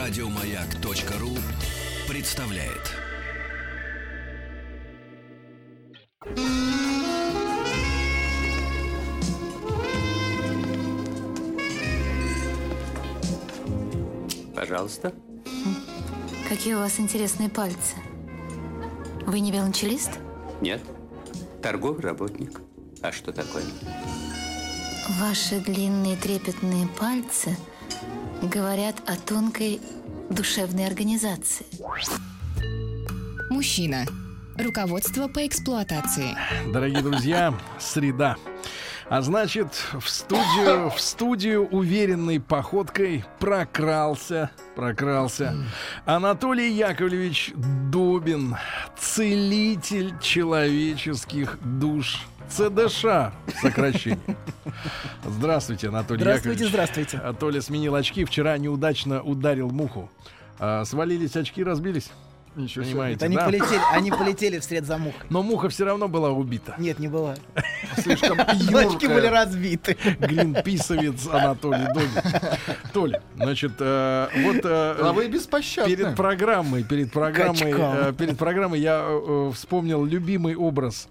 Радиомаяк.ру представляет. Пожалуйста. Какие у вас интересные пальцы. Вы не велончелист? Нет. Торговый работник. А что такое? Ваши длинные трепетные пальцы говорят о тонкой душевной организации. Мужчина. Руководство по эксплуатации. Дорогие друзья, среда. А значит, в студию уверенной походкой прокрался Анатолий Яковлевич Добин, целитель человеческих душ. ЦДШ сокращение. Здравствуйте, Анатолий Яковлевич. Здравствуйте. Толя сменил очки, вчера неудачно ударил муху. Свалились очки, разбились. Ничего понимаете, себе. да? Они полетели вслед за мухой. Но муха все равно была убита. Нет, не была. Слишком Очки были разбиты. Гринписовец Анатолий Добин. Толя, значит, А вы беспощадны. перед программой я вспомнил любимый образ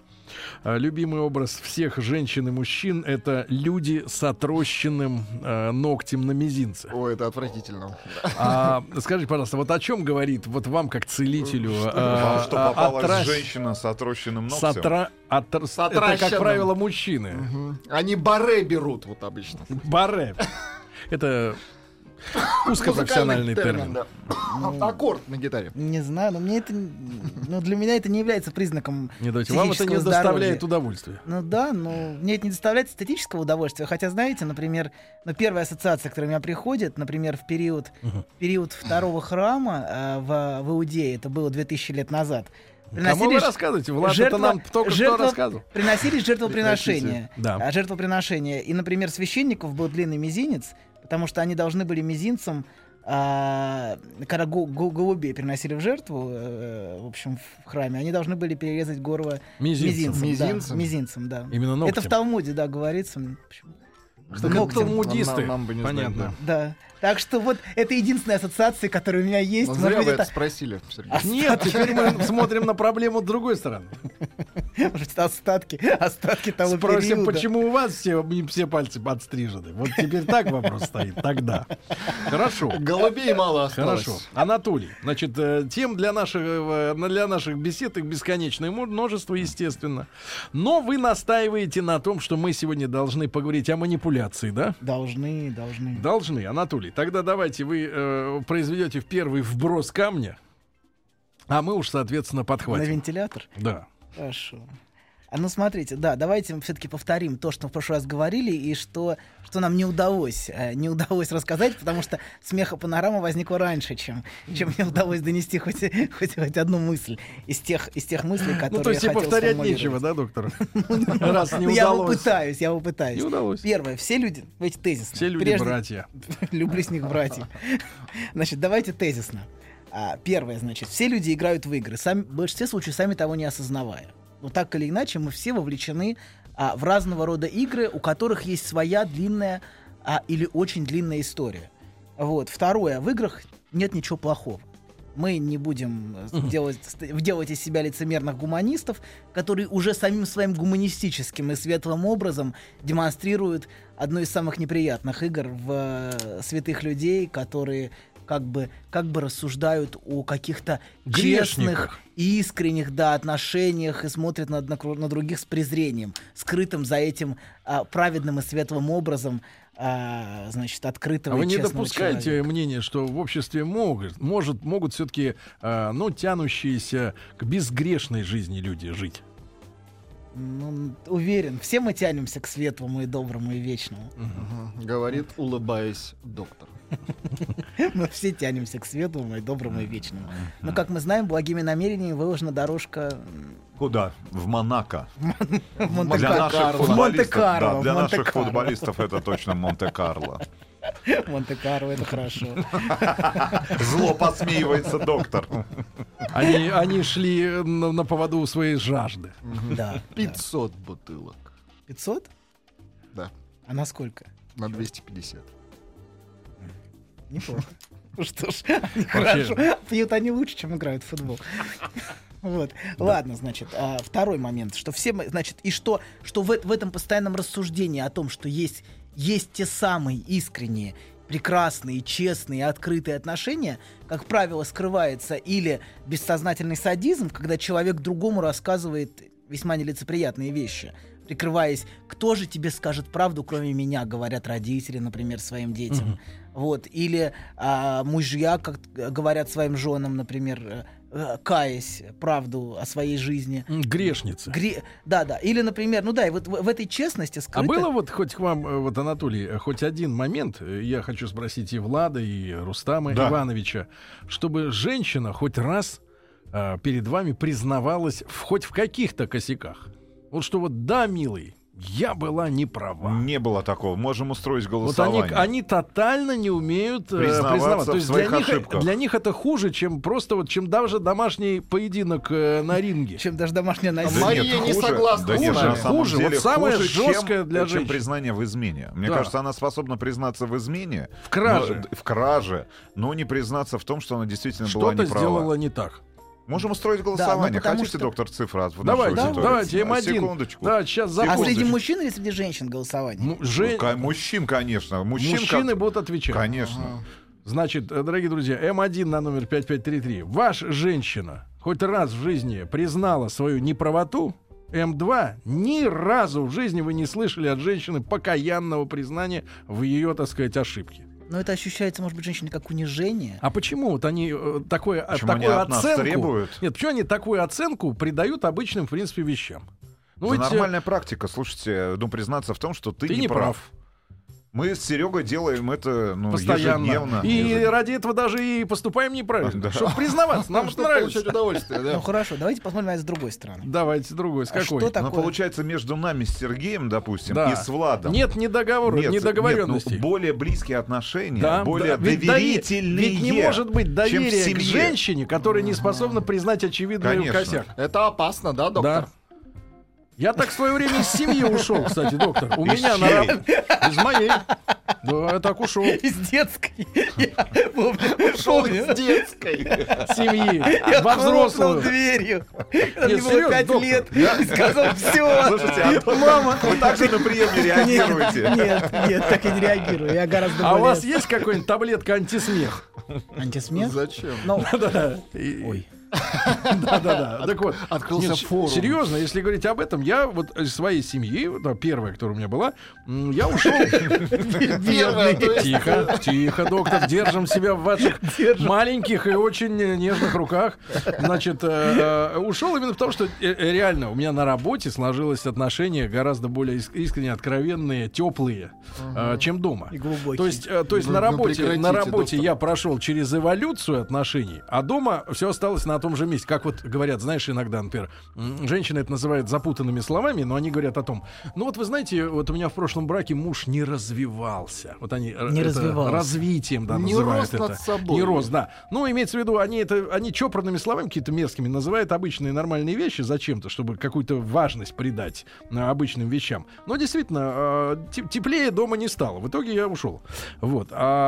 всех женщин и мужчин — это люди с отрощенным ногтем на мизинце. Ой, это отвратительно. Скажите, пожалуйста, вот о чем говорит вот вам, как целителю, Вам что, попалась женщина с отрощенным ногтем? Это, как правило, мужчины. Они баре берут вот обычно. Баре. Это узкопрофессиональный термин. Да. Аккорд на гитаре. Не знаю, но для меня это не является признаком Вам это психического не здоровья. доставляет удовольствия. Ну да, но мне это не доставляет эстетического удовольствия. Хотя, знаете, например, первая ассоциация, которая у меня приходит, например, в период второго храма в Иудее, это было 2000 лет назад. Кому вы рассказываете? Влад, это нам только что рассказывал. Приносились жертвоприношения. Да. Жертвоприношения. И, например, священников был длинный мизинец, потому что они должны были мизинцем, когда голубей приносили в жертву, в общем, в храме, они должны были перерезать горло мизинцем, да. Именно ногтем. Это в Талмуде, да, говорится. Что талмудисты. Нам бы не Понятно. знать, Да. Так что вот это единственная ассоциация, которая у меня есть. Но Может зря быть, вы это спросили, Сергей. Нет, теперь мы смотрим на проблему с другой стороны. Может, остатки того Спросим, периода. почему у вас все пальцы подстрижены. Вот теперь так вопрос стоит. Тогда. Хорошо. Голубей мало осталось. Хорошо. Анатолий, значит, тем для наших бесед их бесконечное множество, естественно. Но вы настаиваете на том, что мы сегодня должны поговорить о манипуляции, да? Должны. Должны, Анатолий. Тогда давайте вы произведете первый вброс камня, а мы уж, соответственно, подхватим. На вентилятор? Да. Хорошо. Ну, смотрите, да, давайте все-таки повторим то, что в прошлый раз говорили, и что нам не удалось рассказать, потому что смехопанорама возникла раньше, чем мне удалось донести хоть одну мысль из тех мыслей, которые то есть я и хотел повторять сформулировать. нечего, да, доктор? Раз не Я удалось. попытаюсь. Не удалось. Первое, все люди, давайте тезисно. Все люди братья. Люблю с них братьев. Значит, давайте тезисно. Первое, значит, все люди играют в игры, в большинстве случаев сами того не осознавая. Но так или иначе мы все вовлечены в разного рода игры, у которых есть своя длинная или очень длинная история. Вот. Второе, в играх нет ничего плохого. Мы не будем делать из себя лицемерных гуманистов, которые уже самим своим гуманистическим и светлым образом демонстрируют одну из самых неприятных игр в святых людей, которые как бы рассуждают о каких-то честных, искренних отношениях и смотрят на других с презрением, скрытым за этим праведным и светлым образом, значит, открытого и честного человека. А вы не допускаете мнение, что в обществе могут все-таки, тянущиеся к безгрешной жизни люди жить? Уверен, все мы тянемся к светлому и доброму и вечному. Говорит, улыбаясь, доктор. Мы все тянемся к светлому и доброму и вечному. Но, как мы знаем, благими намерениями выложена дорожка... Куда? В Монако. Монте-Карло. Для наших футболистов это точно Монте-Карло. Монте-Карло, это хорошо. Зло посмеивается доктор. Они шли на поводу у своей жажды. Да. 500 бутылок. 500? Да. А на сколько? На 250. Неплохо. Что ж, они хорошо. Пьют они лучше, чем играют в футбол. Вот. Да. Ладно, значит, второй момент, что все мы, значит, и что в этом постоянном рассуждении о том, что есть те самые искренние, прекрасные, честные, открытые отношения, как правило, скрывается или бессознательный садизм, когда человек другому рассказывает весьма нелицеприятные вещи, прикрываясь, кто же тебе скажет правду, кроме меня, говорят родители, например, своим детям. Вот. Или мужья как говорят своим женам, например, каясь правду о своей жизни. Грешницы. Да. Или, например, и вот в этой честности скрыто... А было вот хоть к вам, вот, Анатолий, хоть один момент, я хочу спросить и Влада, и Рустама Ивановича, чтобы женщина хоть раз перед вами признавалась хоть в каких-то косяках? Вот что вот, да, милый, я была не права. Не было такого. Можем устроить голосование. Вот они тотально не умеют признаваться. То есть для них это хуже, чем просто чем даже домашний поединок на ринге. Чем даже домашняя насилие. Мария не согласна. Хуже. Вот самое жесткое для женщин. Чем признание в измене. Мне кажется, она способна признаться в измене. В краже. Но не признаться в том, что она действительно была неправа. Что-то сделала не так. Можем устроить голосование. Хотите, доктор Цифра? Давайте, М1. Секундочку. Да, сейчас А среди мужчин или среди женщин голосование? Мужчин, конечно. Мужчины будут отвечать. Конечно. Значит, дорогие друзья, М1 на номер 5533. Ваша женщина хоть раз в жизни признала свою неправоту? М2, ни разу в жизни вы не слышали от женщины покаянного признания в ее, так сказать, ошибке. Но это ощущается, может быть, женщине как унижение. А почему вот они такую оценку требуют? Нет, почему они такую оценку придают обычным, в принципе, вещам? Это нормальная практика. Слушайте, признаться в том, что ты не прав. Мы с Серегой делаем это постоянно. Ежедневно. И ради этого даже и поступаем неправильно. Чтобы признаваться, нам чтобы получать удовольствие. Да? Ну хорошо, давайте посмотрим с другой стороны. Давайте с другой. С какой? Что такое? Получается, между нами с Сергеем, допустим, и с Владом. Нет недоговоренностей. Более близкие отношения, более доверительные. Ведь не может быть доверия к женщине, которая не способна признать очевидный косяк. Это опасно, да, доктор? Да. Я так в свое время из семьи ушел, кстати, доктор. У меня на работе. Из моей. Да, я так ушел. Из детской. Ушел из детской семьи. Во взрослую. Дверью. Мне было 5 лет. И сказал, все. Слушайте, мама, вы так же на прием не реагируете? Нет, так и не реагирую. Я гораздо более... А у вас есть какая-нибудь таблетка антисмех? Антисмех? Зачем? Да-да. Ой. Да. Так вот, открылся форум. Серьезно, если говорить об этом, я вот из своей семьи, первая, которая у меня была, я ушел. Тихо, доктор, держим себя в ваших маленьких и очень нежных руках. Значит, ушел именно потому, что реально у меня на работе сложилось отношения гораздо более искренне, откровенные, теплые, чем дома. И глубокие. То есть на работе я прошел через эволюцию отношений, а дома все осталось на том же месте. Как вот говорят, знаешь, иногда, например, женщины это называют запутанными словами, но они говорят о том, вот вы знаете, вот у меня в прошлом браке муж не развивался. Вот они развитием, да, называют это. Не рос, да. Ну, имеется в виду, они чопорными словами какими-то мерзкими называют обычные нормальные вещи зачем-то, чтобы какую-то важность придать обычным вещам. Но действительно, теплее дома не стало. В итоге я ушел. Вот.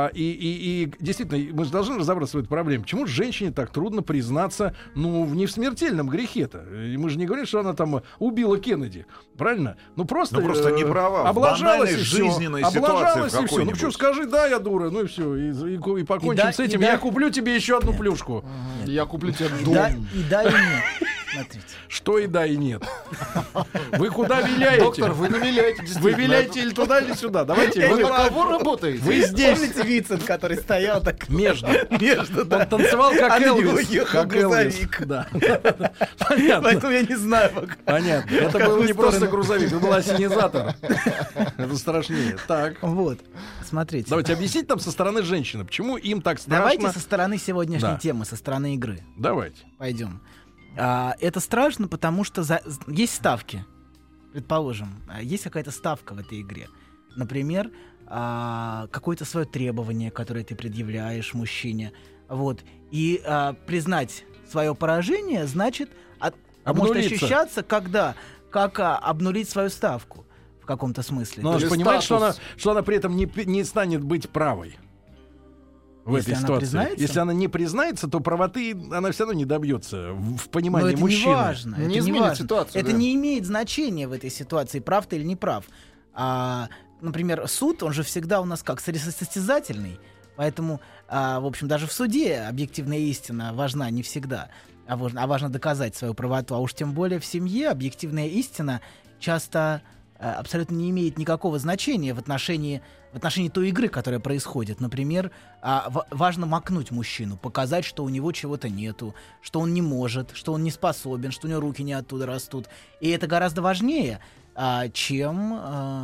И действительно, мы же должны разобраться в этой проблеме. Почему женщине так трудно признаться, не в смертельном грехе-то. И мы же не говорим, что она там убила Кеннеди. Правильно? Просто не права. Облажалась и все. Облажалась и все. Ну что, скажи, да, я дура. Ну и все. И покончим с этим. Я куплю тебе еще одну плюшку. Я куплю тебе дом. И да, и нет. Смотрите. Что и да, и нет. Вы куда виляете? Доктор, вы не виляете. Вы виляете или туда, или сюда. Давайте. Вы на кого работаете? Вы здесь. Помните Вицин, который стоял так между, да. Он танцевал как Элвис. Как Элвис. Да. Понятно. Поэтому я не знаю. Понятно. Это был не просто грузовик, это был ассенизатор. Это страшнее. Так. Вот. Смотрите. Давайте объяснить нам со стороны женщины, почему им так страшно. Давайте со стороны сегодняшней темы, со стороны игры. Давайте. Пойдем. Это страшно, потому что есть ставки. Предположим, есть какая-то ставка в этой игре. Например, какое-то свое требование, которое ты предъявляешь мужчине. Вот. И признать свое поражение значит может ощущаться, как обнулить свою ставку в каком-то смысле. Но она же понимает, что она при этом не станет быть правой. в Если этой она ситуации. признается? Если она не признается, то правоты она все равно не добьется в Но понимании это мужчины. не важно. Не это изменит важно. ситуацию, Это да. не имеет значения в этой ситуации, прав ты или не прав. Например, суд, он же всегда у нас как состязательный. Поэтому, в общем, даже в суде объективная истина важна не всегда. А важно доказать свою правоту. А уж тем более в семье объективная истина часто абсолютно не имеет никакого значения в отношении той игры, которая происходит. Например, важно макнуть мужчину, показать, что у него чего-то нету, что он не может, что он не способен, что у него руки не оттуда растут. И это гораздо важнее, чем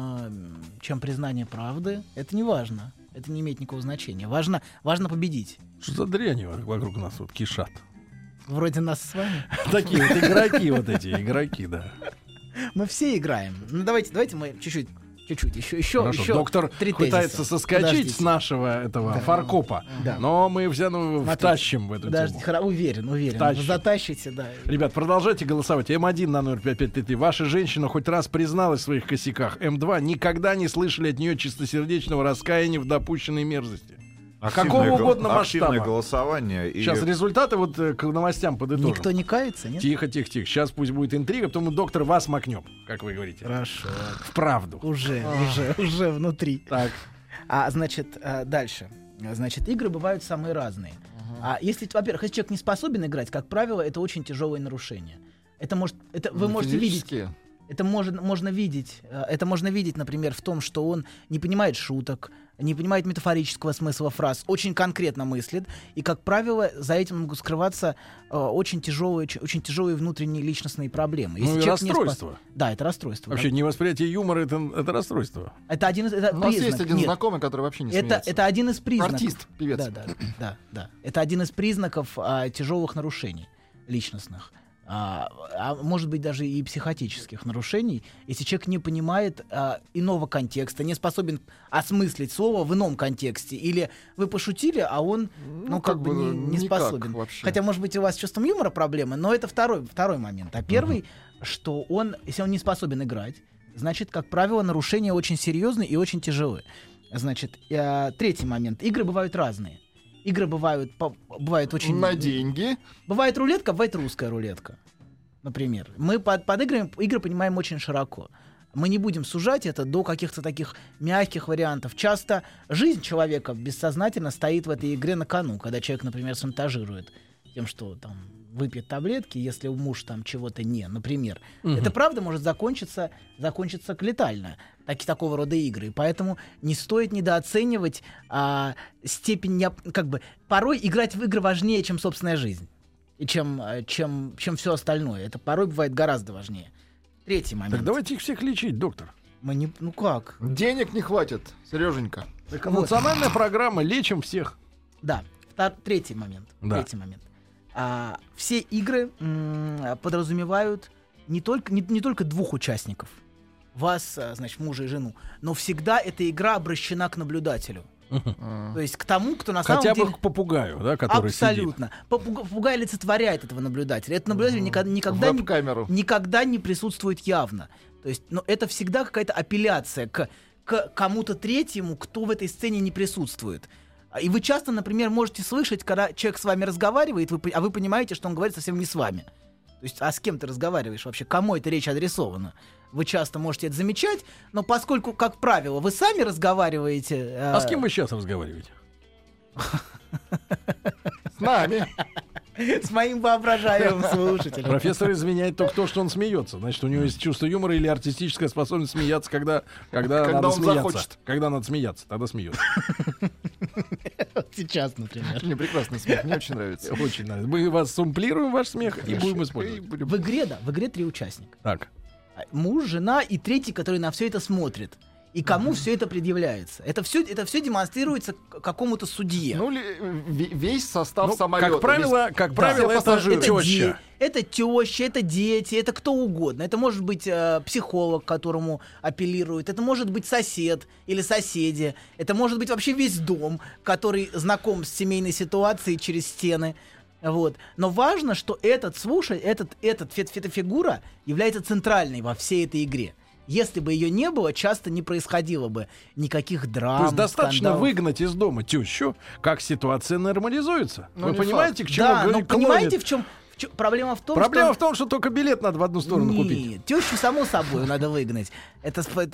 признание правды. Это не важно. Это не имеет никакого значения. Важно победить. Что за дрянь вокруг нас вот кишат? Вроде нас с вами. Такие вот игроки, вот эти игроки, да. Мы все играем. Ну, давайте мы чуть-чуть, еще. Хорошо, доктор 3 пытается тезиса. соскочить Подождите. с нашего этого фаркопа, Да. но мы втащим в эту Подождите, тему. уверен. Тащим. Вы затащите, да. Ребят, продолжайте голосовать. М1 на номер 5533. Ваша женщина хоть раз призналась в своих косяках. М2 никогда не слышали от нее чистосердечного раскаяния в допущенной мерзости. Какого угодно Активное масштаба. голосование. И... Сейчас результаты вот к новостям подытожим. Никто не кается, нет? Тихо. Сейчас пусть будет интрига, потом мы, доктор, вас макнем, как вы говорите. Хорошо. В правду. Уже внутри. Так. Значит, дальше. Значит, игры бывают самые разные. Во-первых, если человек не способен играть, как правило, это очень тяжелое нарушение. Вы можете видеть. Физически. Это можно видеть, например, в том, что он не понимает шуток, не понимает метафорического смысла фраз, очень конкретно мыслит, и, как правило, за этим могут скрываться очень тяжелые внутренние личностные проблемы. Ну и человек не расстройство. Да, это расстройство. Вообще невосприятие юмора это расстройство. Это один из У нас признак. есть один Нет, знакомый, который вообще не смеется. это один из признаков. Артист, певец. Да. Это один из признаков тяжелых нарушений личностных. Может быть, даже и психотических нарушений, если человек не понимает иного контекста, не способен осмыслить слово в ином контексте. Или вы пошутили, а он как бы не никак способен. вообще. Хотя, может быть, у вас с чувством юмора проблемы, но это второй момент. А первый, что если он не способен играть, значит, как правило, нарушения очень серьезные и очень тяжелые. Значит, третий момент. Игры бывают разные. Игры бывают очень... На деньги. Бывает рулетка, бывает русская рулетка. Например. Мы под игры понимаем очень широко. Мы не будем сужать это до каких-то таких мягких вариантов. Часто жизнь человека бессознательно стоит в этой игре на кону, когда человек, например, шантажирует тем, что там выпьет таблетки, если муж там чего-то например. Это правда может закончиться летально. Такого рода игры. И поэтому не стоит недооценивать степень... порой играть в игры важнее, чем собственная жизнь. И чем все остальное. Это порой бывает гораздо важнее. Третий момент. Так давайте их всех лечить, доктор. Как? Денег не хватит, Сереженька. Так национальная программа «Лечим всех». Да. Третий момент. Да. Третий момент. Все игры подразумевают не только двух участников. Вас, значит, мужа и жену. Но всегда эта игра обращена к наблюдателю. То есть к тому, кто на самом Хотя деле... бы к попугаю, да, который Абсолютно. Попугай олицетворяет этого наблюдателя. Этот наблюдатель никогда не присутствует явно. То есть, это всегда какая-то апелляция к кому-то третьему, кто в этой сцене не присутствует. И вы часто, например, можете слышать, когда человек с вами разговаривает, а вы понимаете, что он говорит совсем не с вами. То есть, с кем ты разговариваешь вообще? Кому эта речь адресована? Вы часто можете это замечать, но поскольку, как правило, вы сами разговариваете... А с кем вы сейчас разговариваете? С нами. С моим воображаемым слушателем. Профессор извиняет только то, что он смеется. Значит, у него есть чувство юмора или артистическая способность смеяться, когда надо он смеяться. захочет. Когда надо смеяться, тогда смеется. Сейчас, например. Мне прекрасный смех, мне очень нравится. Очень нравится. Мы вас сумплируем, ваш смех, и будем использовать. В игре 3 участника. Так. Муж, жена и третий, который на все это смотрит. И кому все это предъявляется? Это все демонстрируется какому-то судье. Весь состав самолета. Как правило, это теща. Это теща, это дети, это кто угодно. Это может быть психолог, к которому апеллируют. Это может быть сосед или соседи. Это может быть вообще весь дом, который знаком с семейной ситуацией через стены. Вот. Но важно, что эта фигура является центральной во всей этой игре. Если бы ее не было, часто не происходило бы никаких драм. То есть достаточно скандалов. выгнать из дома тещу, как ситуация нормализуется. Ну, Вы не понимаете, к чему Да, но клонит? понимаете, в чем проблема в том, Проблема что... в том, что только билет надо в одну сторону купить. Нет, тещу само собой надо выгнать. Это наконец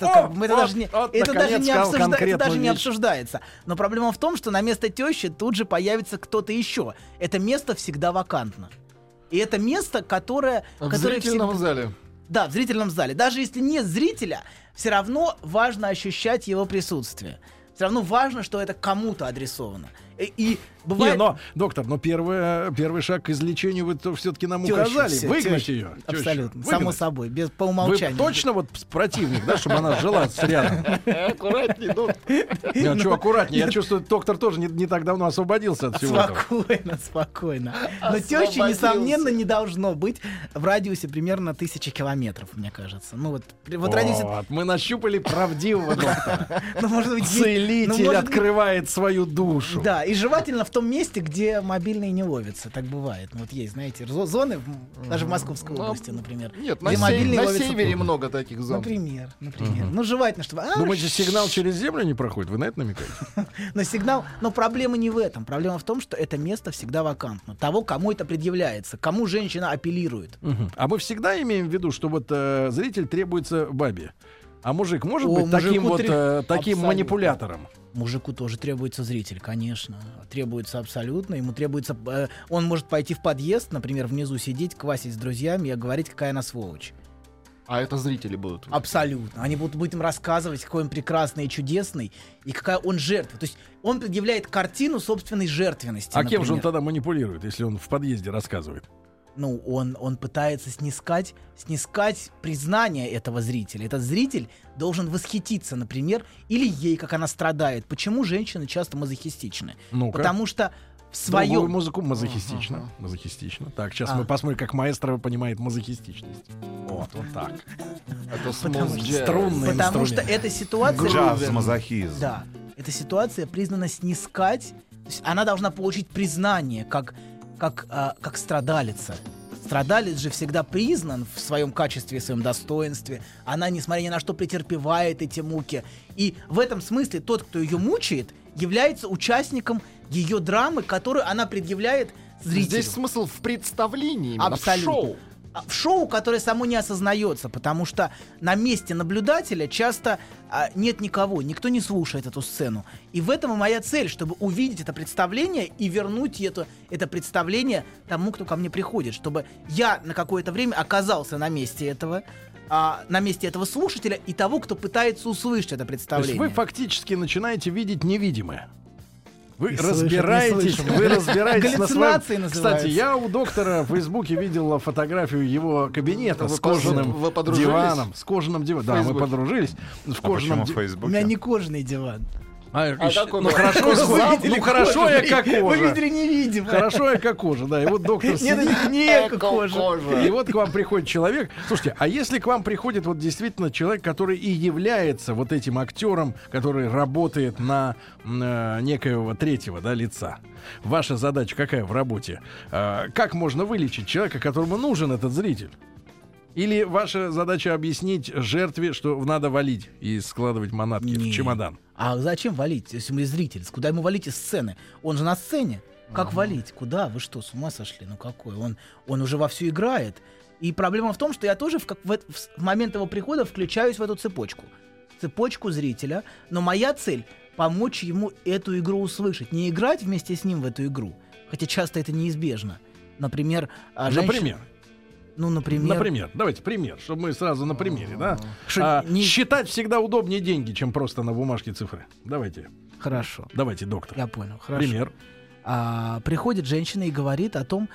даже не вещь. обсуждается. Но проблема в том, что на место тещи тут же появится кто-то еще. Это место всегда вакантно. И это место, которое... В которое зрительном всегда- зале. Да, в зрительном зале. Даже если нет зрителя, все равно важно ощущать его присутствие. Все равно важно, что это кому-то адресовано. И бывает... Не, но, доктор, но первый шаг к излечению вы все-таки нам Тещу, указали. всё, выгнать тещу. ее. Абсолютно. Тещу. Само Выгнать. собой, по Вы умолчанию. точно вот противник, да, чтобы она жила рядом? Аккуратней, доктор. Я что, аккуратнее. Я чувствую, доктор тоже не так давно освободился от всего этого. Спокойно. Но тещи, Освободился. несомненно, не должно быть в радиусе примерно 1000 километров, мне кажется. Ну вот радиусе... Вот, мы нащупали правдивого доктора. Ну, может быть, Целитель может быть, открывает свою душу. Да, и желательно в том месте, где мобильные не ловятся. Так бывает. Вот есть, знаете, зоны, даже в Московской области, например. Нет, где на мобильные ловятся севере плохо. много таких зон. Например. Ну, желательно, чтобы... Думаете, сигнал через землю не проходит? Вы на это намекаете? Но сигнал... Но проблема не в этом. Проблема в том, что это место всегда вакантно. Того, кому это предъявляется, кому женщина апеллирует. А мы всегда имеем в виду, что вот зритель требуется бабе. А мужик может О, быть таким мужику вот таким абсолютно. манипулятором? Мужику тоже требуется зритель, конечно. Требуется абсолютно. Ему требуется... он может пойти в подъезд, например, внизу сидеть, квасить с друзьями и говорить, какая она сволочь. А это зрители будут. Абсолютно. Они будут им рассказывать, какой он прекрасный и чудесный, и какая он жертва. То есть он предъявляет картину собственной жертвенности. А кем же он например. тогда манипулирует, если он в подъезде рассказывает? Ну, он пытается снискать признание этого зрителя. Этот зритель должен восхититься, например, или ей, как она страдает. Почему женщины часто мазохистичны? Ну-ка. Потому что в Другую своем... музыку мазохистично. Мазохистично. Так, сейчас мы посмотрим, как маэстро понимает мазохистичность. Вот так. Это Потому смуз что- джаз. Струнный Потому что инструмент. эта ситуация... Джаз-мазохизм. Да. Эта ситуация признана снискать. То есть она должна получить признание как страдалица. Страдалец же всегда признан в своем качестве, в своем достоинстве. Она, несмотря ни на что, претерпевает эти муки. И в этом смысле тот, кто ее мучает, является участником ее драмы, которую она предъявляет зрителю. Здесь смысл в представлении, именно Абсолютно. в шоу. В шоу, которое само не осознается, потому что на месте наблюдателя часто нет никого, никто не слушает эту сцену. И в этом и моя цель, чтобы увидеть это представление и вернуть это представление тому, кто ко мне приходит, чтобы я на какое-то время оказался на месте этого слушателя и того, кто пытается услышать это То есть представление. вы фактически начинаете видеть невидимое. Вы И слышать, разбираетесь, не вы разбираетесь на своем... Галлюцинации называются. Кстати, я у доктора в Фейсбуке видел фотографию его кабинета Вы с кожаным вы подружились? диваном. С кожаным диваном. Да, мы Фейсбуке? подружились. В А кожаном почему в У меня Фейсбуке? не кожаный диван. какой ну был? хорошо, ну хорошо я как Вы кожа. видели невидимое. Хорошо я как кожа, да. И вот доктор Нет, сидит. это не эко-кожа. И вот к вам приходит человек. Слушайте, а если к вам приходит вот действительно человек, который и является вот этим актером, который работает на некоего третьего, да, лица? Ваша задача какая в работе? Как можно вылечить человека, которому нужен этот зритель? Или ваша задача объяснить жертве, что надо валить и складывать манатки в Нет. чемодан? А зачем валить, если мы зритель? Куда ему валить из сцены? Он же на сцене. Как валить? Куда? Вы что, с ума сошли? Ну какой? Он уже вовсю играет. И проблема в том, что я тоже в момент его прихода включаюсь в эту цепочку. Цепочку зрителя. Но моя цель — помочь ему эту игру услышать. Не играть вместе с ним в эту игру. Хотя часто это неизбежно. Например, Например. Ну, например. Давайте пример, чтобы мы сразу на примере, да? Что не- Считать всегда удобнее деньги, чем просто на бумажке цифры. Давайте, Хорошо. доктор. Я понял. Хорошо. Пример. Приходит женщина и говорит о том,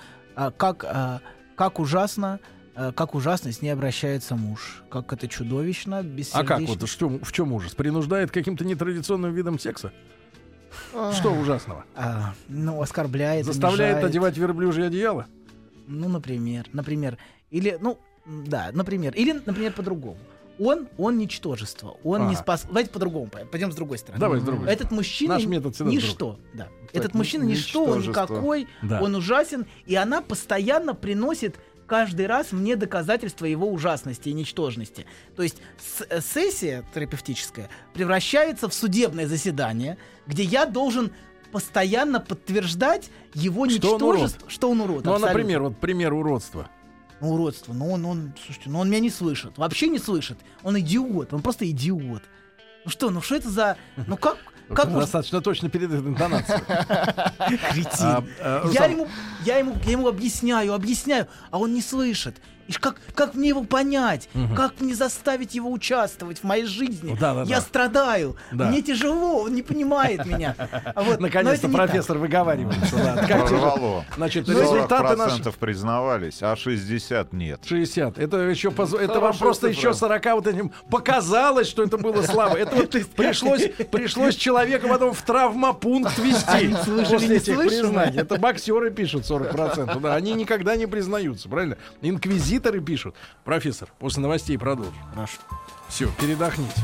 как ужасно с ней обращается муж, как это чудовищно, А бессердечно. как вот, в чем ужас? Принуждает к каким-то нетрадиционным видам секса? Что ужасного? Оскорбляет, Заставляет унижает. одевать верблюжье одеяло? Ну, например. Или, например, по-другому. Он ничтожество. Он не спас. Давайте по-другому. Пойдем с другой стороны. Давай с другой. Этот мужчина Наш метод всегда с ничто. Да. Этот мужчина ничто, он ничтожество. никакой, Да. он ужасен, и она постоянно приносит каждый раз мне доказательство его ужасности и ничтожности. То есть сессия терапевтическая превращается в судебное заседание, где я должен постоянно подтверждать его ничтожество, что он урод. Ну, например, вот пример уродства. Уродство. Слушайте, он меня не слышит. Вообще не слышит. Он идиот. Он просто идиот. Что это за... Как достаточно точно передает интонацию. Кретин. Я ему объясняю, а он не слышит. И как мне его понять? Как мне заставить его участвовать в моей жизни? Я страдаю. Мне тяжело, он не понимает меня. Наконец-то профессор выговаривается. Прорвало. Значит, 40% признавались, а 60% нет. 60. Это вам просто еще 40 вот этим показалось, что это было слабо. Это вот пришлось человека потом в травмопункт везти после этих признаний. Это боксеры пишут 40%. Да, они никогда не признаются, правильно? Инквизиторы пишут. Профессор, после новостей продолжим. Хорошо. Все, передохните.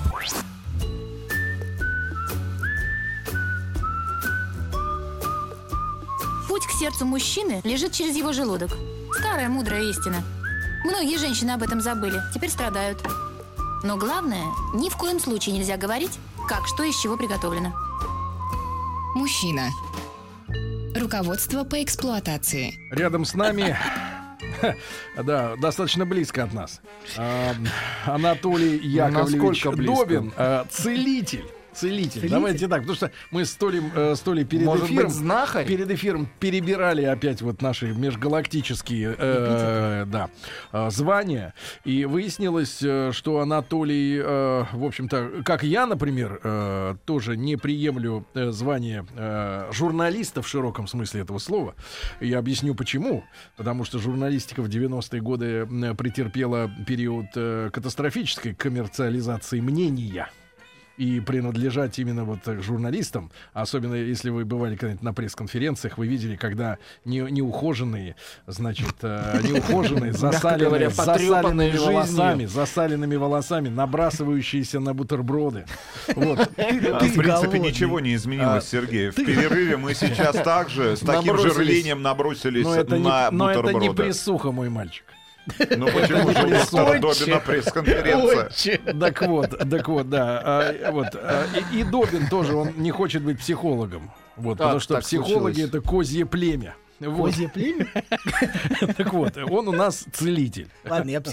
Путь к сердцу мужчины лежит через его желудок. Старая мудрая истина. Многие женщины об этом забыли, теперь страдают. Но главное, ни в коем случае нельзя говорить, как что из чего приготовлено. Мужчина. Руководство по эксплуатации. Рядом с нами... Да, достаточно близко от нас. Анатолий Яковлевич Добин, целитель. Давайте так, потому что мы с Толей перед эфиром перебирали опять вот наши межгалактические звания, и выяснилось, что Анатолий, в общем-то, как я, например, тоже не приемлю звание журналиста в широком смысле этого слова. Я объясню почему. Потому что журналистика в 90-е годы претерпела период катастрофической коммерциализации мнения. И принадлежать именно вот к журналистам, особенно если вы бывали когда-нибудь на пресс-конференциях, вы видели, когда неухоженные, засаленными волосами, набрасывающиеся на бутерброды. Вот. В принципе, ничего не изменилось, Сергей. В перерыве мы сейчас также с таким же рвением набросились на бутерброды. Но это не присуха, мой мальчик. Ну почему же у мистера Добина пресс-конференция? Так вот, да. И Добин тоже, он не хочет быть психологом. Вот, потому что психологи — это козье племя. Козье племя? Так вот, он у нас целитель. Ладно, я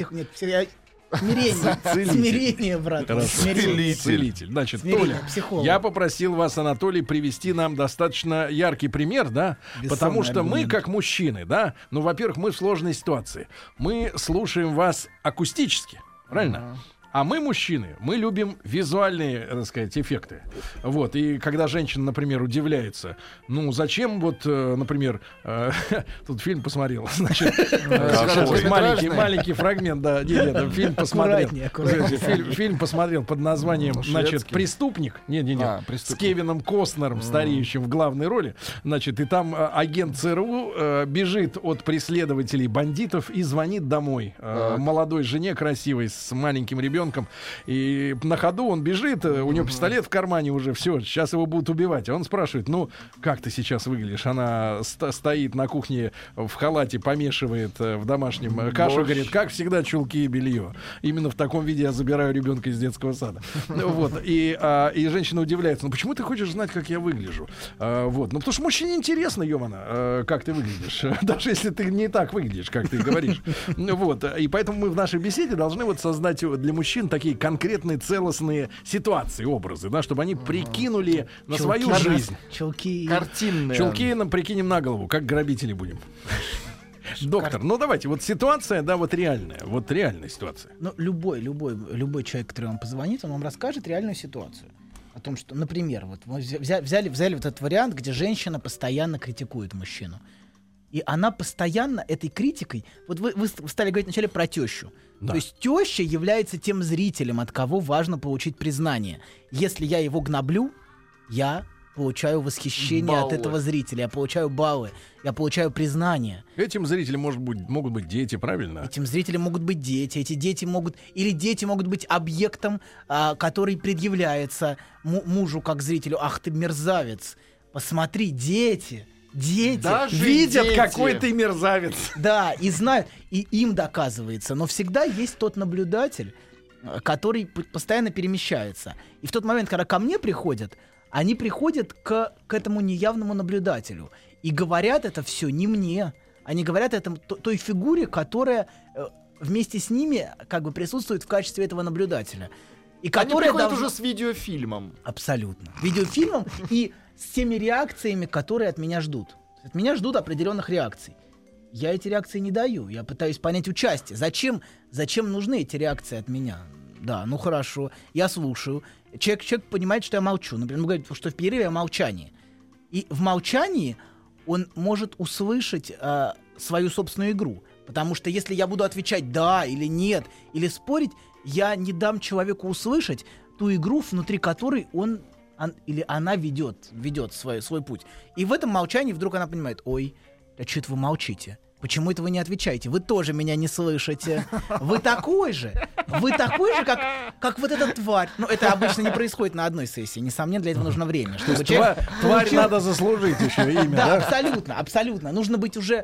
Смирение, брат. Целитель. Значит, Толя, я попросил вас, Анатолий, привести нам достаточно яркий пример, да? Потому что мы, как мужчины, да, ну, во-первых, мы в сложной ситуации. Мы слушаем вас акустически, правильно? А мы, мужчины, мы любим визуальные, так сказать, эффекты. Вот, и когда женщина, например, удивляется, ну, зачем вот, например, тут фильм посмотрел, значит, маленький фрагмент, да, фильм посмотрел. Фильм посмотрел под названием, значит, «Преступник», с Кевином Костнером, стареющим в главной роли, значит, и там агент ЦРУ бежит от преследователей бандитов и звонит домой молодой жене красивой с маленьким ребенком. И на ходу он бежит, у него пистолет в кармане уже, все, сейчас его будут убивать. А он спрашивает, ну, как ты сейчас выглядишь? Она стоит на кухне в халате, помешивает в домашнем кашу, говорит, как всегда, чулки и белье. Именно в таком виде я забираю ребенка из детского сада. Вот. И женщина удивляется, ну, почему ты хочешь знать, как я выгляжу? Вот. Ну, потому что мужчине интересно, ёмана, как ты выглядишь. Даже если ты не так выглядишь, как ты говоришь. Вот. И поэтому мы в нашей беседе должны вот создать для мужчин такие конкретные целостные ситуации, образы, да, чтобы они прикинули на свою жизнь. Чулки. Картинные. Чулки нам прикинем на голову, как грабители будем. Доктор, ну давайте, вот ситуация, да, вот реальная ситуация. Ну, любой человек, который вам позвонит, он вам расскажет реальную ситуацию. О том, что, например, вот мы взяли вот этот вариант, где женщина постоянно критикует мужчину. И она постоянно этой критикой... Вот вы стали говорить вначале про тещу. Да. То есть теща является тем зрителем, от кого важно получить признание. Если я его гноблю, я получаю восхищение от этого зрителя, я получаю баллы, я получаю признание. Этим зрителям могут быть дети, правильно? Этим зрителям могут быть дети. Эти дети могут... Или дети могут быть объектом, который предъявляется мужу как зрителю. Ах ты мерзавец! Посмотри, дети! Дети видят, дети. какой ты мерзавец. Да, и знают, и им доказывается. Но всегда есть тот наблюдатель, который постоянно перемещается. И в тот момент, когда ко мне приходят, они приходят к этому неявному наблюдателю. И говорят это все не мне. Они говорят это той фигуре, которая вместе с ними как бы присутствует в качестве этого наблюдателя. И которая они приходят уже с видеофильмом. Абсолютно. Видеофильмом и с теми реакциями, которые от меня ждут. От меня ждут определенных реакций. Я эти реакции не даю. Я пытаюсь понять участие. Зачем нужны эти реакции от меня? Да, ну хорошо. Я слушаю. Человек понимает, что я молчу. Например, он говорит, что в перерыве я молчание. И в молчании он может услышать свою собственную игру. Потому что если я буду отвечать «да» или «нет», или спорить, я не дам человеку услышать ту игру, внутри которой он или она ведет свой путь. И в этом молчании вдруг она понимает: ой, а что это вы молчите? Почему это вы не отвечаете? Вы тоже меня не слышите. Вы такой же, как вот эта тварь. Но это обычно не происходит на одной сессии. Несомненно, для этого нужно время. Чтобы Тварь надо заслужить еще имя, да? Да, абсолютно. Нужно быть уже,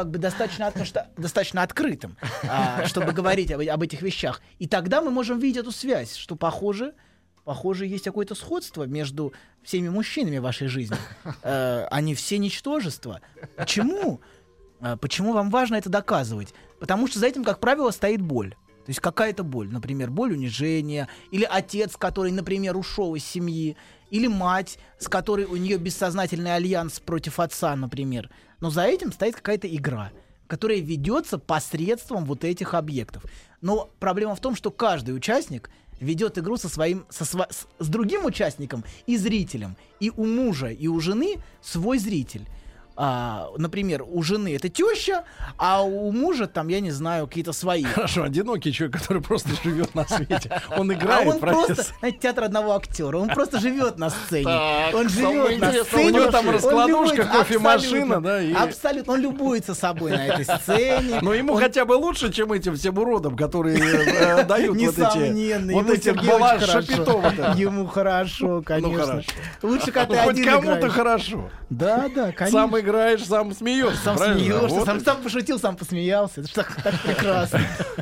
достаточно открытым, чтобы говорить об этих вещах. И тогда мы можем видеть эту связь, что похоже, есть какое-то сходство между всеми мужчинами в вашей жизни. Они все ничтожества. Почему? Почему вам важно это доказывать? Потому что за этим, как правило, стоит боль. То есть какая-то боль. Например, боль унижения. Или отец, который, например, ушел из семьи. Или мать, с которой у нее бессознательный альянс против отца, например. Но за этим стоит какая-то игра, которая ведется посредством вот этих объектов. Но проблема в том, что каждый участник ведет игру с другим участником и зрителем. И у мужа, и у жены свой зритель. Например, у жены это теща, а у мужа там, я не знаю, какие-то свои. Хорошо, одинокий человек, который просто живет на свете. Он играет, он просто, знаете, театр одного актера. Он просто живет на сцене. Так, он живет на сцене. У него там раскладушка, кофемашина, да? Абсолютно. Он любуется собой на этой сцене. Но ему хотя бы лучше, чем этим всем уродам, которые дают вот эти баллаж Шапитова. Ему хорошо, конечно. Лучше, как ты Хоть один кому-то хорошо. Да, конечно. Сам играешь, сам смеешься. Сам смеешься, сам пошутил, сам посмеялся. Это ж так прекрасно.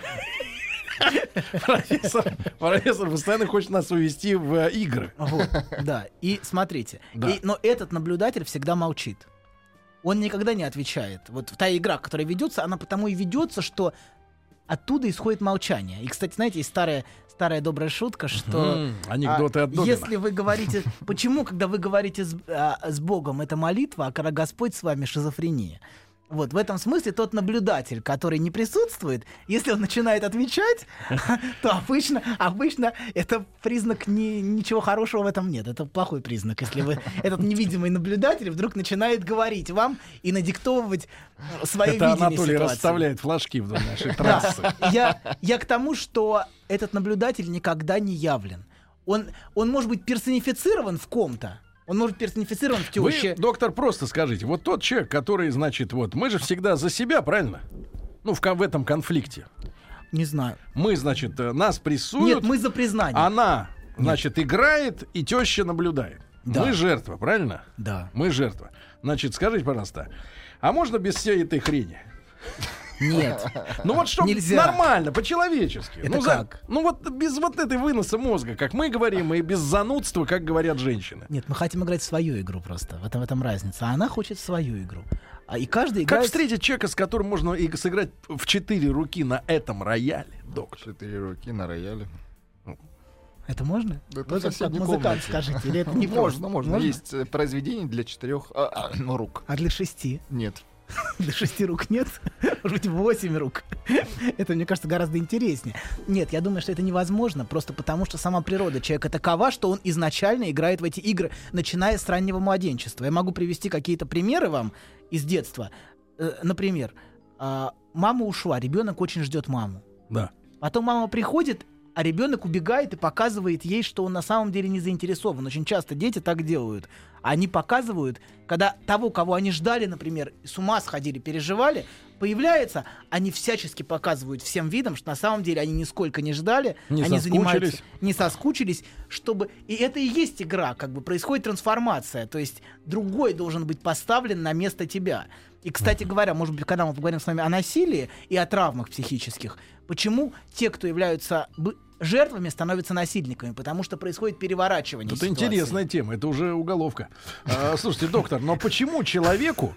Профессор постоянно хочет нас увести в игры. Вот, да. И смотрите. Но этот наблюдатель всегда молчит. Он никогда не отвечает. Вот та игра, которая ведется, она потому и ведется, что оттуда исходит молчание. И, кстати, знаете, есть старая добрая шутка, что анекдоты от Добина. Если вы говорите, почему, когда вы говорите с Богом, это молитва, а когда Господь с вами, шизофрения. Вот в этом смысле тот наблюдатель, который не присутствует, если он начинает отвечать, то обычно это признак ничего хорошего в этом нет. Это плохой признак, если вы этот невидимый наблюдатель вдруг начинает говорить вам и надиктовывать свое видение ситуации. Это Анатолий расставляет флажки вдоль нашей трассы. Я к тому, что этот наблюдатель никогда не явлен. Он может быть персонифицирован в ком-то. Он может персонифицирован в теще. Вы, доктор, просто скажите, вот тот человек, который, значит, вот мы же всегда за себя, правильно? Ну, в этом конфликте. Не знаю. Мы, значит, нас прессуют. Нет, мы за признание. Она, значит, играет, и теща наблюдает. Да. Мы жертва, правильно? Да. Мы жертва. Значит, скажите, пожалуйста, а можно без всей этой хрени? Нет. Ну вот чтобы нормально, по-человечески. Это как? Ну вот без вот этой выноса мозга, как мы говорим, и без занудства, как говорят женщины. Нет, мы хотим играть в свою игру просто. В этом разница. А она хочет в свою игру. И каждый играет... Как встретить человека, с которым можно сыграть в 4 руки на этом рояле, доктор? 4 руки на рояле. Это можно? Это вы как музыкант скажите, или это не можно? Есть произведение для 4 рук. А для 6? Нет. Для 6 рук нет? Может быть, 8 рук? Это, мне кажется, гораздо интереснее. Нет, я думаю, что это невозможно, просто потому что сама природа человека такова, что он изначально играет в эти игры, начиная с раннего младенчества. Я могу привести какие-то примеры вам из детства. Например, мама ушла, ребенок очень ждет маму. Да. Потом мама приходит, а ребенок убегает и показывает ей, что он на самом деле не заинтересован. Очень часто дети так делают. Они показывают, когда того, кого они ждали, например, с ума сходили, переживали, появляется, они всячески показывают всем видом, что на самом деле они нисколько не ждали, Не они соскучились. не соскучились, чтобы... И это и есть игра, как бы происходит трансформация, то есть другой должен быть поставлен на место тебя. И, кстати говоря, может быть, когда мы поговорим с вами о насилии и о травмах психических, почему те, кто являются жертвами, становятся насильниками? Потому что происходит переворачивание Это ситуации. интересная тема, это уже уголовка. Слушайте, доктор, но почему человеку,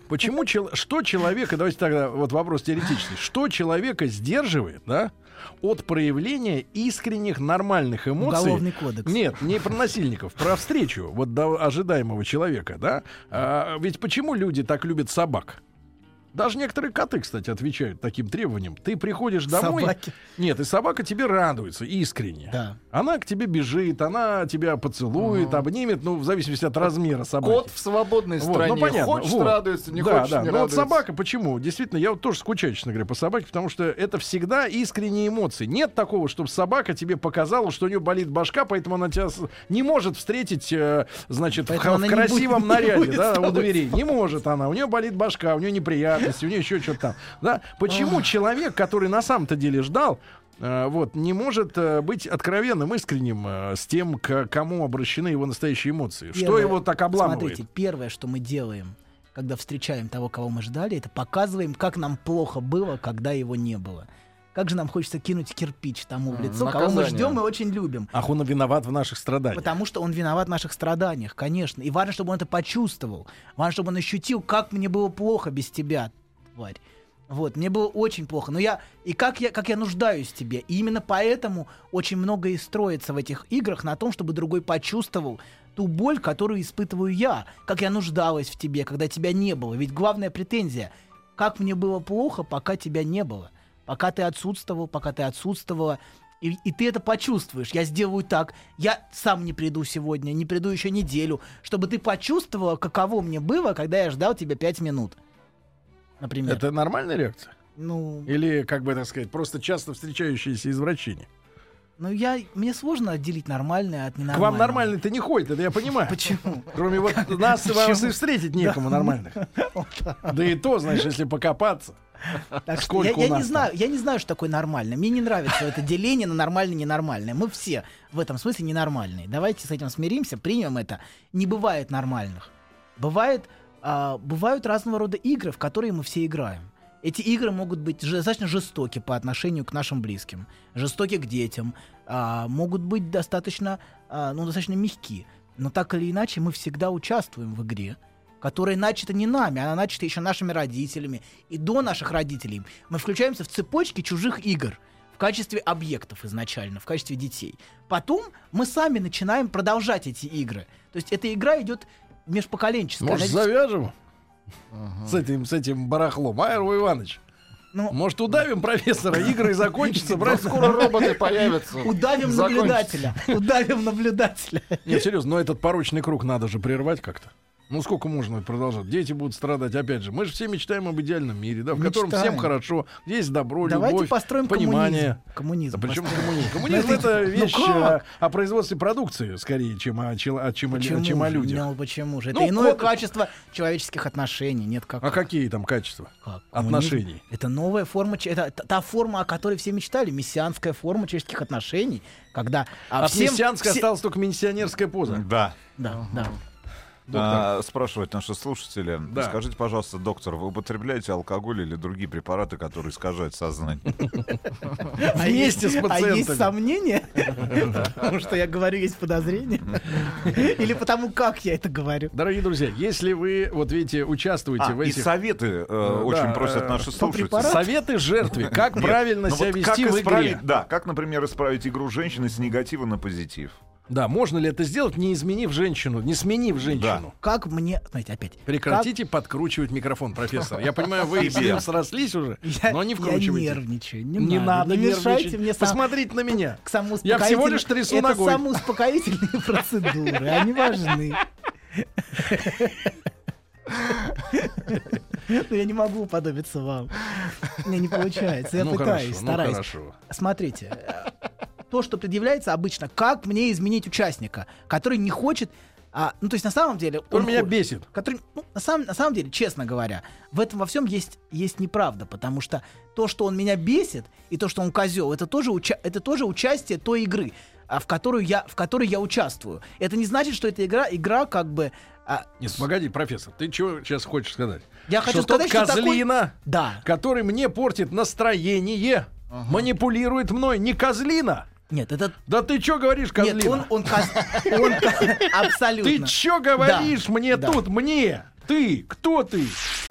что человека, давайте тогда вот вопрос теоретический, что человека сдерживает, да, от проявления искренних нормальных эмоций? Уголовный кодекс. Нет, не про насильников, про встречу вот до ожидаемого человека, да? Ведь почему люди так любят собак? Даже некоторые коты, кстати, отвечают таким требованиям. Ты приходишь домой... Собаки. Нет, и собака тебе радуется искренне. Да. Она к тебе бежит, она тебя поцелует, обнимет, ну, в зависимости от размера собаки. Кот в свободной Вот, стране. ну, понятно. Хочет Вот. радуется, не да, хочет да. не Но радуется. вот собака, почему? Действительно, я вот тоже скучаю, честно говоря, по собаке, потому что это всегда искренние эмоции. Нет такого, чтобы собака тебе показала, что у нее болит башка, поэтому она тебя не может встретить, значит, Поэтому она в не красивом будет наряде, да, с тобой. у дверей. Не может она. У нее болит башка, у нее неприятности, у нее еще что-то там. Да? Почему человек, который на самом-то деле ждал, вот, не может быть откровенным, искренним с тем, к кому обращены его настоящие эмоции? Что Первое, его так обламывает? Смотрите, первое, что мы делаем, когда встречаем того, кого мы ждали, это показываем, как нам плохо было, когда его не было. Как же нам хочется кинуть кирпич тому в лицо, кого мы наказание. ждем и очень любим. Ах, он виноват в наших страданиях. Потому что он виноват в наших страданиях, конечно. И важно, чтобы он это почувствовал. Важно, чтобы он ощутил, как мне было плохо без тебя, тварь. Вот, мне было очень плохо. Но как я нуждаюсь в тебе. И именно поэтому очень многое строится в этих играх на том, чтобы другой почувствовал ту боль, которую испытываю я. Как я нуждалась в тебе, когда тебя не было. Ведь главная претензия — как мне было плохо, пока тебя не было. Пока ты отсутствовал, пока ты отсутствовала. И ты это почувствуешь. Я сделаю так. Я сам не приду сегодня, не приду еще неделю, чтобы ты почувствовала, каково мне было, когда я ждал тебя 5 минут. Например. Это нормальная реакция? Ну, Или, как бы так сказать, просто часто встречающееся извращение? мне сложно отделить нормальное от К ненормального. вам нормальный-то не ходит, это я понимаю. Почему? Кроме вот нас и вас и встретить некому нормальных. Да и то, знаешь, если покопаться. Так что Сколько у я нас не знаю, что такое нормально. Мне не нравится это деление на нормальное и ненормальное. Мы все в этом смысле ненормальные. Давайте с этим смиримся, примем это. Не бывает нормальных. Бывают разного рода игры, в которые мы все играем. Эти игры могут быть достаточно жестоки по отношению к нашим близким, жестоки к детям, могут быть достаточно мягки. Но так или иначе мы всегда участвуем в игре, которая начата не нами, она начата еще нашими родителями. И до наших родителей мы включаемся в цепочки чужих игр в качестве объектов изначально, в качестве детей. Потом мы сами начинаем продолжать эти игры. То есть эта игра идет межпоколенческая. Может, завяжем с этим барахлом, Айру Иванович? Ну, Может, удавим профессора, игры закончатся, брать Скоро роботы появятся. удавим Закончится. наблюдателя. Нет, серьезно, но этот порочный круг надо же прервать как-то. Ну, сколько можно это продолжать? Дети будут страдать. Опять же, мы же все мечтаем об идеальном мире, да, в котором Мечтаем. всем хорошо, где есть добро, Давайте любовь, построим понимание. коммунизм. Да причем Построим. коммунизм? Коммунизм — Знаете, это вещь как? о производстве продукции, скорее, чем о Почему же? людях. Ну, почему же? Это Ну, иное вот- качество человеческих отношений. Нет, как. А какие там качества Как? отношений? Коммунизм — это новая форма, это та форма, о которой все мечтали, мессианская форма человеческих отношений, когда От мессианской осталась только миссионерская поза. Да. Да. Спрашивают наши слушатели. Да. Скажите, пожалуйста, доктор, вы употребляете алкоголь или другие препараты, которые искажают сознание? Вместе с А есть пациентами. сомнения? Потому что я говорю, есть подозрения? Или потому, как я это говорю? Дорогие друзья, если вы, вот видите, участвуете в И этих... советы очень просят наши слушатели. препарат? Советы жертве, как правильно Ну себя вот вести как в игре. исправить- Да, как, например, исправить игру женщины с негатива на позитив? Да, можно ли это сделать, не изменив женщину, не сменив женщину? Как мне... Знаете, опять. Прекратите подкручивать микрофон, профессор. Я понимаю, вы с ним срослись уже, но не вкручивайте. Я нервничаю. Не надо Не мешайте нервничать. мне Посмотрите на меня. к самоуспокоительным- Я всего лишь трясу это ногой. самоуспокоительные процедуры, они важны. Но я не могу уподобиться вам. Мне не получается. Я Ну, пытаюсь, хорошо, стараюсь. хорошо. Смотрите, то, что предъявляется обычно, как мне изменить участника, который не хочет Ну, то есть, на самом деле... Он меня бесит. Который, на самом деле, честно говоря, в этом во всем есть неправда, потому что то, что он меня бесит, и то, что он козел, это тоже участие той игры, в которой я участвую. Это не значит, что эта игра как бы... Нет, погоди, профессор, ты чего сейчас хочешь сказать? Я хочу сказать, что козлина, да. который мне портит настроение, манипулирует мной, не козлина. Нет, это... Да ты чё говоришь, козлина? Нет, он абсолютно. Ты чё говоришь мне тут, мне? Ты, кто ты?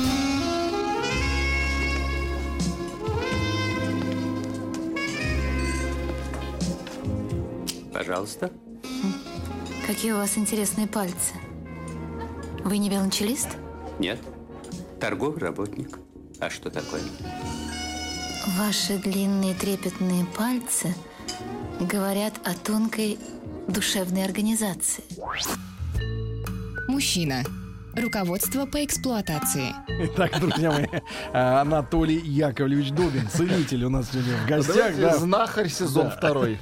Пожалуйста. Какие у вас интересные пальцы. Вы не велончелист? Нет. Торговый работник. А что такое? Ваши длинные трепетные пальцы говорят о тонкой душевной организации. Мужчина. Руководство по эксплуатации. Итак, друзья мои, Анатолий Яковлевич Добин, целитель у нас сегодня в гостях. Да. Знахарь сезон 2.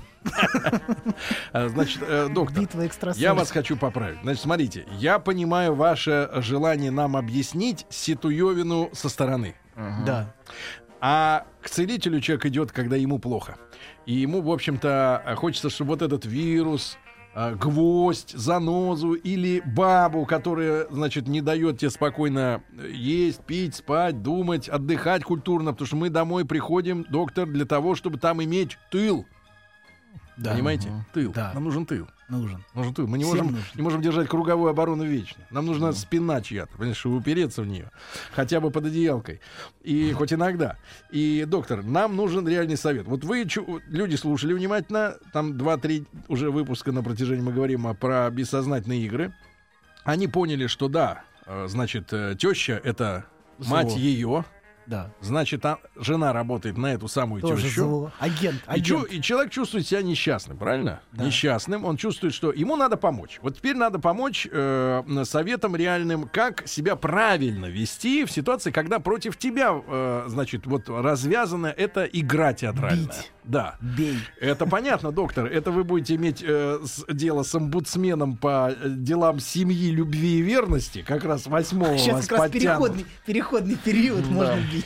Значит, доктор, я вас хочу поправить. Значит, смотрите, я понимаю ваше желание нам объяснить ситуевину со стороны. Да. А к целителю человек идет, когда ему плохо. И ему, в общем-то, хочется, чтобы вот этот вирус, гвоздь, занозу или бабу, которая, значит, не дает тебе спокойно есть, пить, спать, думать, отдыхать культурно, потому что мы домой приходим, доктор, для того, чтобы там иметь тыл. Да. Понимаете? Тыл. Да. Нам нужен тыл. Нужен тыл. Мы не можем держать круговую оборону вечно. Нам нужна спина чья-то, понимаешь, чтобы упереться в нее. Хотя бы под одеялкой. И хоть иногда. И, доктор, нам нужен реальный совет. Вот вы, люди, слушали внимательно. Там 2-3 уже выпуска на протяжении мы говорим про бессознательные игры. Они поняли, что да, значит, теща — это мать ее. Да. Значит, жена работает на эту самую тещу. Агент. И человек чувствует себя несчастным, правильно? Да. Несчастным. Он чувствует, что ему надо помочь. Вот теперь надо помочь советам реальным, как себя правильно вести в ситуации, когда против тебя, значит, вот развязана эта игра театральная. Бить. Да. Бей. Это понятно, доктор. Это вы будете иметь дело с омбудсменом по делам семьи, любви и верности. Как раз 8-го сейчас как раз переходный период можно бить.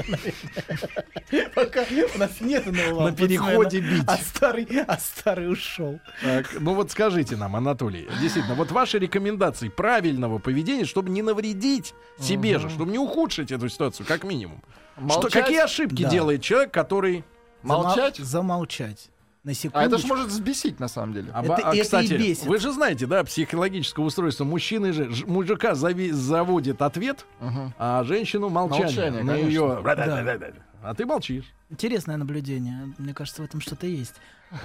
Пока у нас нет нового на переходе бить. А старый ушел. Так, ну вот скажите нам, Анатолий, действительно, вот ваши рекомендации правильного поведения, чтобы не навредить себе же, чтобы не ухудшить эту ситуацию, как минимум. Какие ошибки делает человек, который... Замолчать. На секундочку. А это же может взбесить, на самом деле. Кстати, и вы же знаете, да, психологическое устройство мужчины же. Мужика заводит ответ, а женщину молчание. На ее... А ты молчишь. Интересное наблюдение. Мне кажется, в этом что-то есть.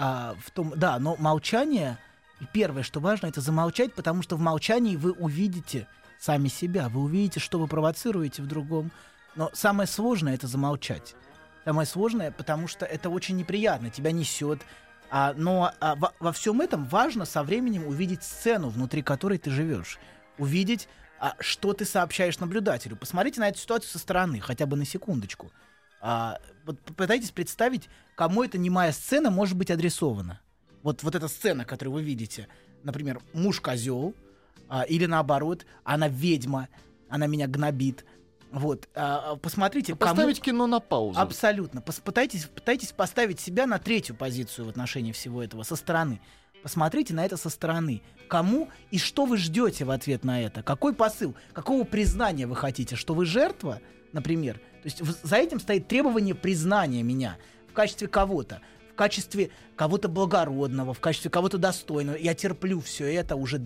Но молчание, первое, что важно, это замолчать, потому что в молчании вы увидите сами себя, вы увидите, что вы провоцируете в другом. Но самое сложное — это замолчать. Самое сложное, потому что это очень неприятно, тебя несет. Но во всем этом важно со временем увидеть сцену, внутри которой ты живешь. Увидеть, что ты сообщаешь наблюдателю. Посмотрите на эту ситуацию со стороны, хотя бы на секундочку. Попытайтесь представить, кому эта немая сцена может быть адресована. Вот эта сцена, которую вы видите. Например, муж-козел, или наоборот, она ведьма, она меня гнобит. Вот, посмотрите, поставить кино на паузу. Абсолютно. Пытайтесь поставить себя на третью позицию в отношении всего этого, со стороны. Посмотрите на это со стороны. Кому и что вы ждете в ответ на это? Какой посыл? Какого признания вы хотите? Что вы жертва, например? То есть за этим стоит требование признания меня в качестве кого-то. В качестве кого-то благородного, в качестве кого-то достойного. Я терплю все это уже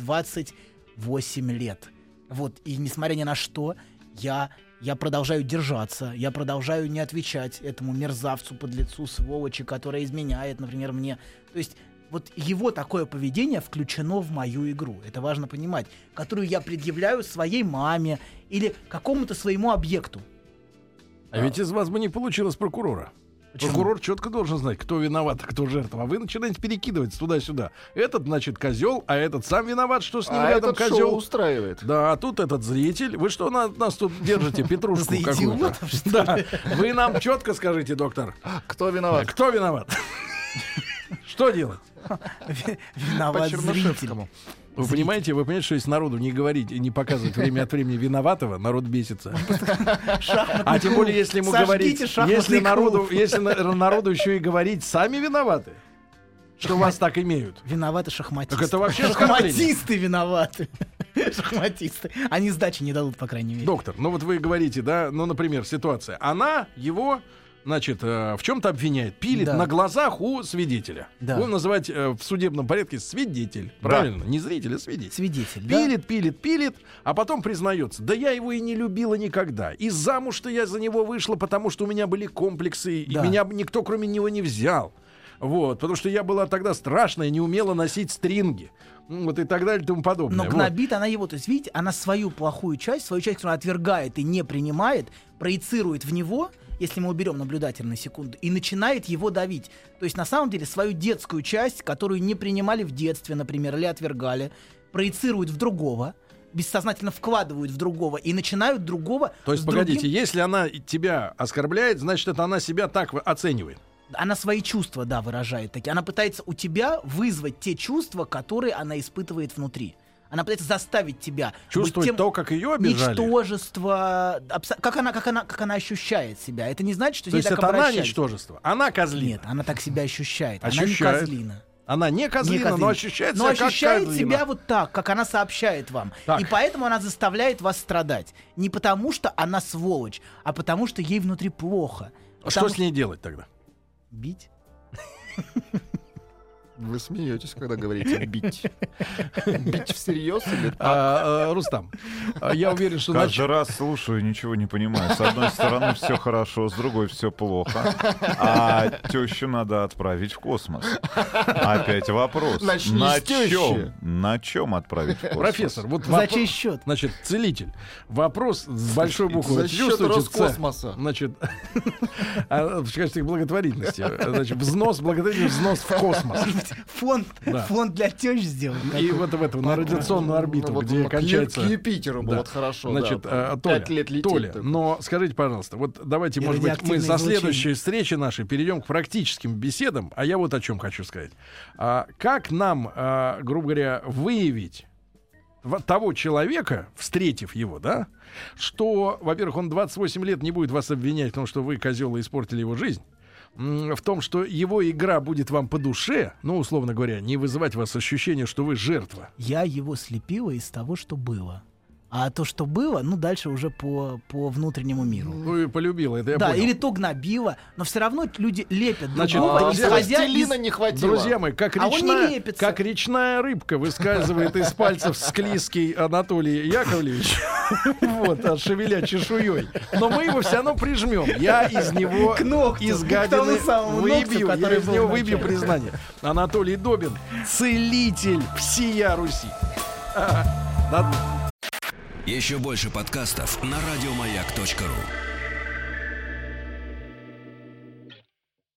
28 лет. Вот, и несмотря ни на что, я продолжаю держаться, я продолжаю не отвечать этому мерзавцу, подлецу, сволочи, которая изменяет, например, мне. То есть вот его такое поведение включено в мою игру, это важно понимать, которую я предъявляю своей маме или какому-то своему объекту. А ведь из вас бы не получилось прокурора. Почему? Прокурор четко должен знать, кто виноват, а кто жертва. А вы начинаете перекидывать туда-сюда. Этот, значит, козел, а этот сам виноват, что с ним рядом козел. Шоу устраивает. Да, а тут этот зритель. Вы что нас тут держите, петрушку какую-то? Да. Вы нам четко скажите, доктор. Кто виноват? Кто виноват? Что делать? Виноват зритель. Вы понимаете, что если народу не говорить и не показывать время от времени виноватого, народ бесится. А тем более, если ему говорить, если народу еще и говорить, сами виноваты, что вас так имеют. Виноваты шахматисты. Так это вообще шахматисты виноваты. Шахматисты. Они сдачи не дадут, по крайней мере. Доктор, ну вот вы говорите, да, ну, например, ситуация. Она его, значит, в чем-то обвиняет, пилит на глазах у свидетеля. Да. Будем называть в судебном порядке свидетель. Правильно? Не зритель, а свидетель. Свидетель, пилит, а потом признается: да я его и не любила никогда. И замуж-то я за него вышла, потому что у меня были комплексы, и меня никто кроме него не взял. Вот, потому что я была тогда страшная, не умела носить стринги. Вот и так далее и тому подобное. Но гнобит она его. То есть, видите, она свою плохую часть, которую она отвергает и не принимает, проецирует в него, если мы уберем наблюдателя на секунду, и начинает его давить. То есть, на самом деле, свою детскую часть, которую не принимали в детстве, например, или отвергали, проецируют в другого, бессознательно вкладывают в другого и начинают другого... То есть, погодите, если она тебя оскорбляет, значит, это она себя так оценивает. Она свои чувства, выражает такие. Она пытается у тебя вызвать те чувства, которые она испытывает внутри. Она пытается заставить тебя чувствовать тем, то, как ее обижали. Ничтожество, как она ощущает себя. Это не значит, что то ей так обращались. То есть это она ничтожество, она козлина. Нет, она так себя ощущает. Она не козлина. Она не козлина, но ощущает себя как ощущает себя вот так, как она сообщает вам. Так. И поэтому она заставляет вас страдать. Не потому, что она сволочь, а потому, что ей внутри плохо. Что с ней делать тогда? Бить? Вы смеетесь, когда говорите «бить». Бить всерьез или так? Рустам, я уверен, что... Каждый раз слушаю, ничего не понимаю. С одной стороны все хорошо, с другой все плохо. А тещу надо отправить в космос. Опять вопрос. На чем отправить в космос? Профессор, вот за чей счет? Значит, целитель. Вопрос с большой буквы. За счет Роскосмоса. Значит, в качестве благотворительности. Значит, благотворительный взнос в космос. Фонд для тещ сделан. И вот в эту, на радиационную орбиту, где кончается... К Юпитеру было хорошо. Значит, 5 лет лететь. Толя, но скажите, пожалуйста, вот давайте, может быть, мы со следующей встречи нашей перейдем к практическим беседам, а я вот о чем хочу сказать. Как нам, грубо говоря, выявить того человека, встретив его, да, что, во-первых, он 28 лет не будет вас обвинять в том, что вы, козёлы, испортили его жизнь, в том, что его игра будет вам по душе, ну, условно говоря, не вызывать у вас ощущение, что вы жертва. Я его слепила из того, что было. А то, что было, дальше уже по внутреннему миру. Ну и полюбила, это я понял. Да, или то гнобила, но все равно люди лепят другого, исходя из... не хватило. Друзья мои, как речная рыбка выскальзывает из пальцев склизкий Анатолий Яковлевич, вот, шевеля чешуей. Но мы его все равно прижмем. Я из него, из гадины, выбью признание. Анатолий Добин, целитель всея Руси. Еще больше подкастов на радиомаяк.ру.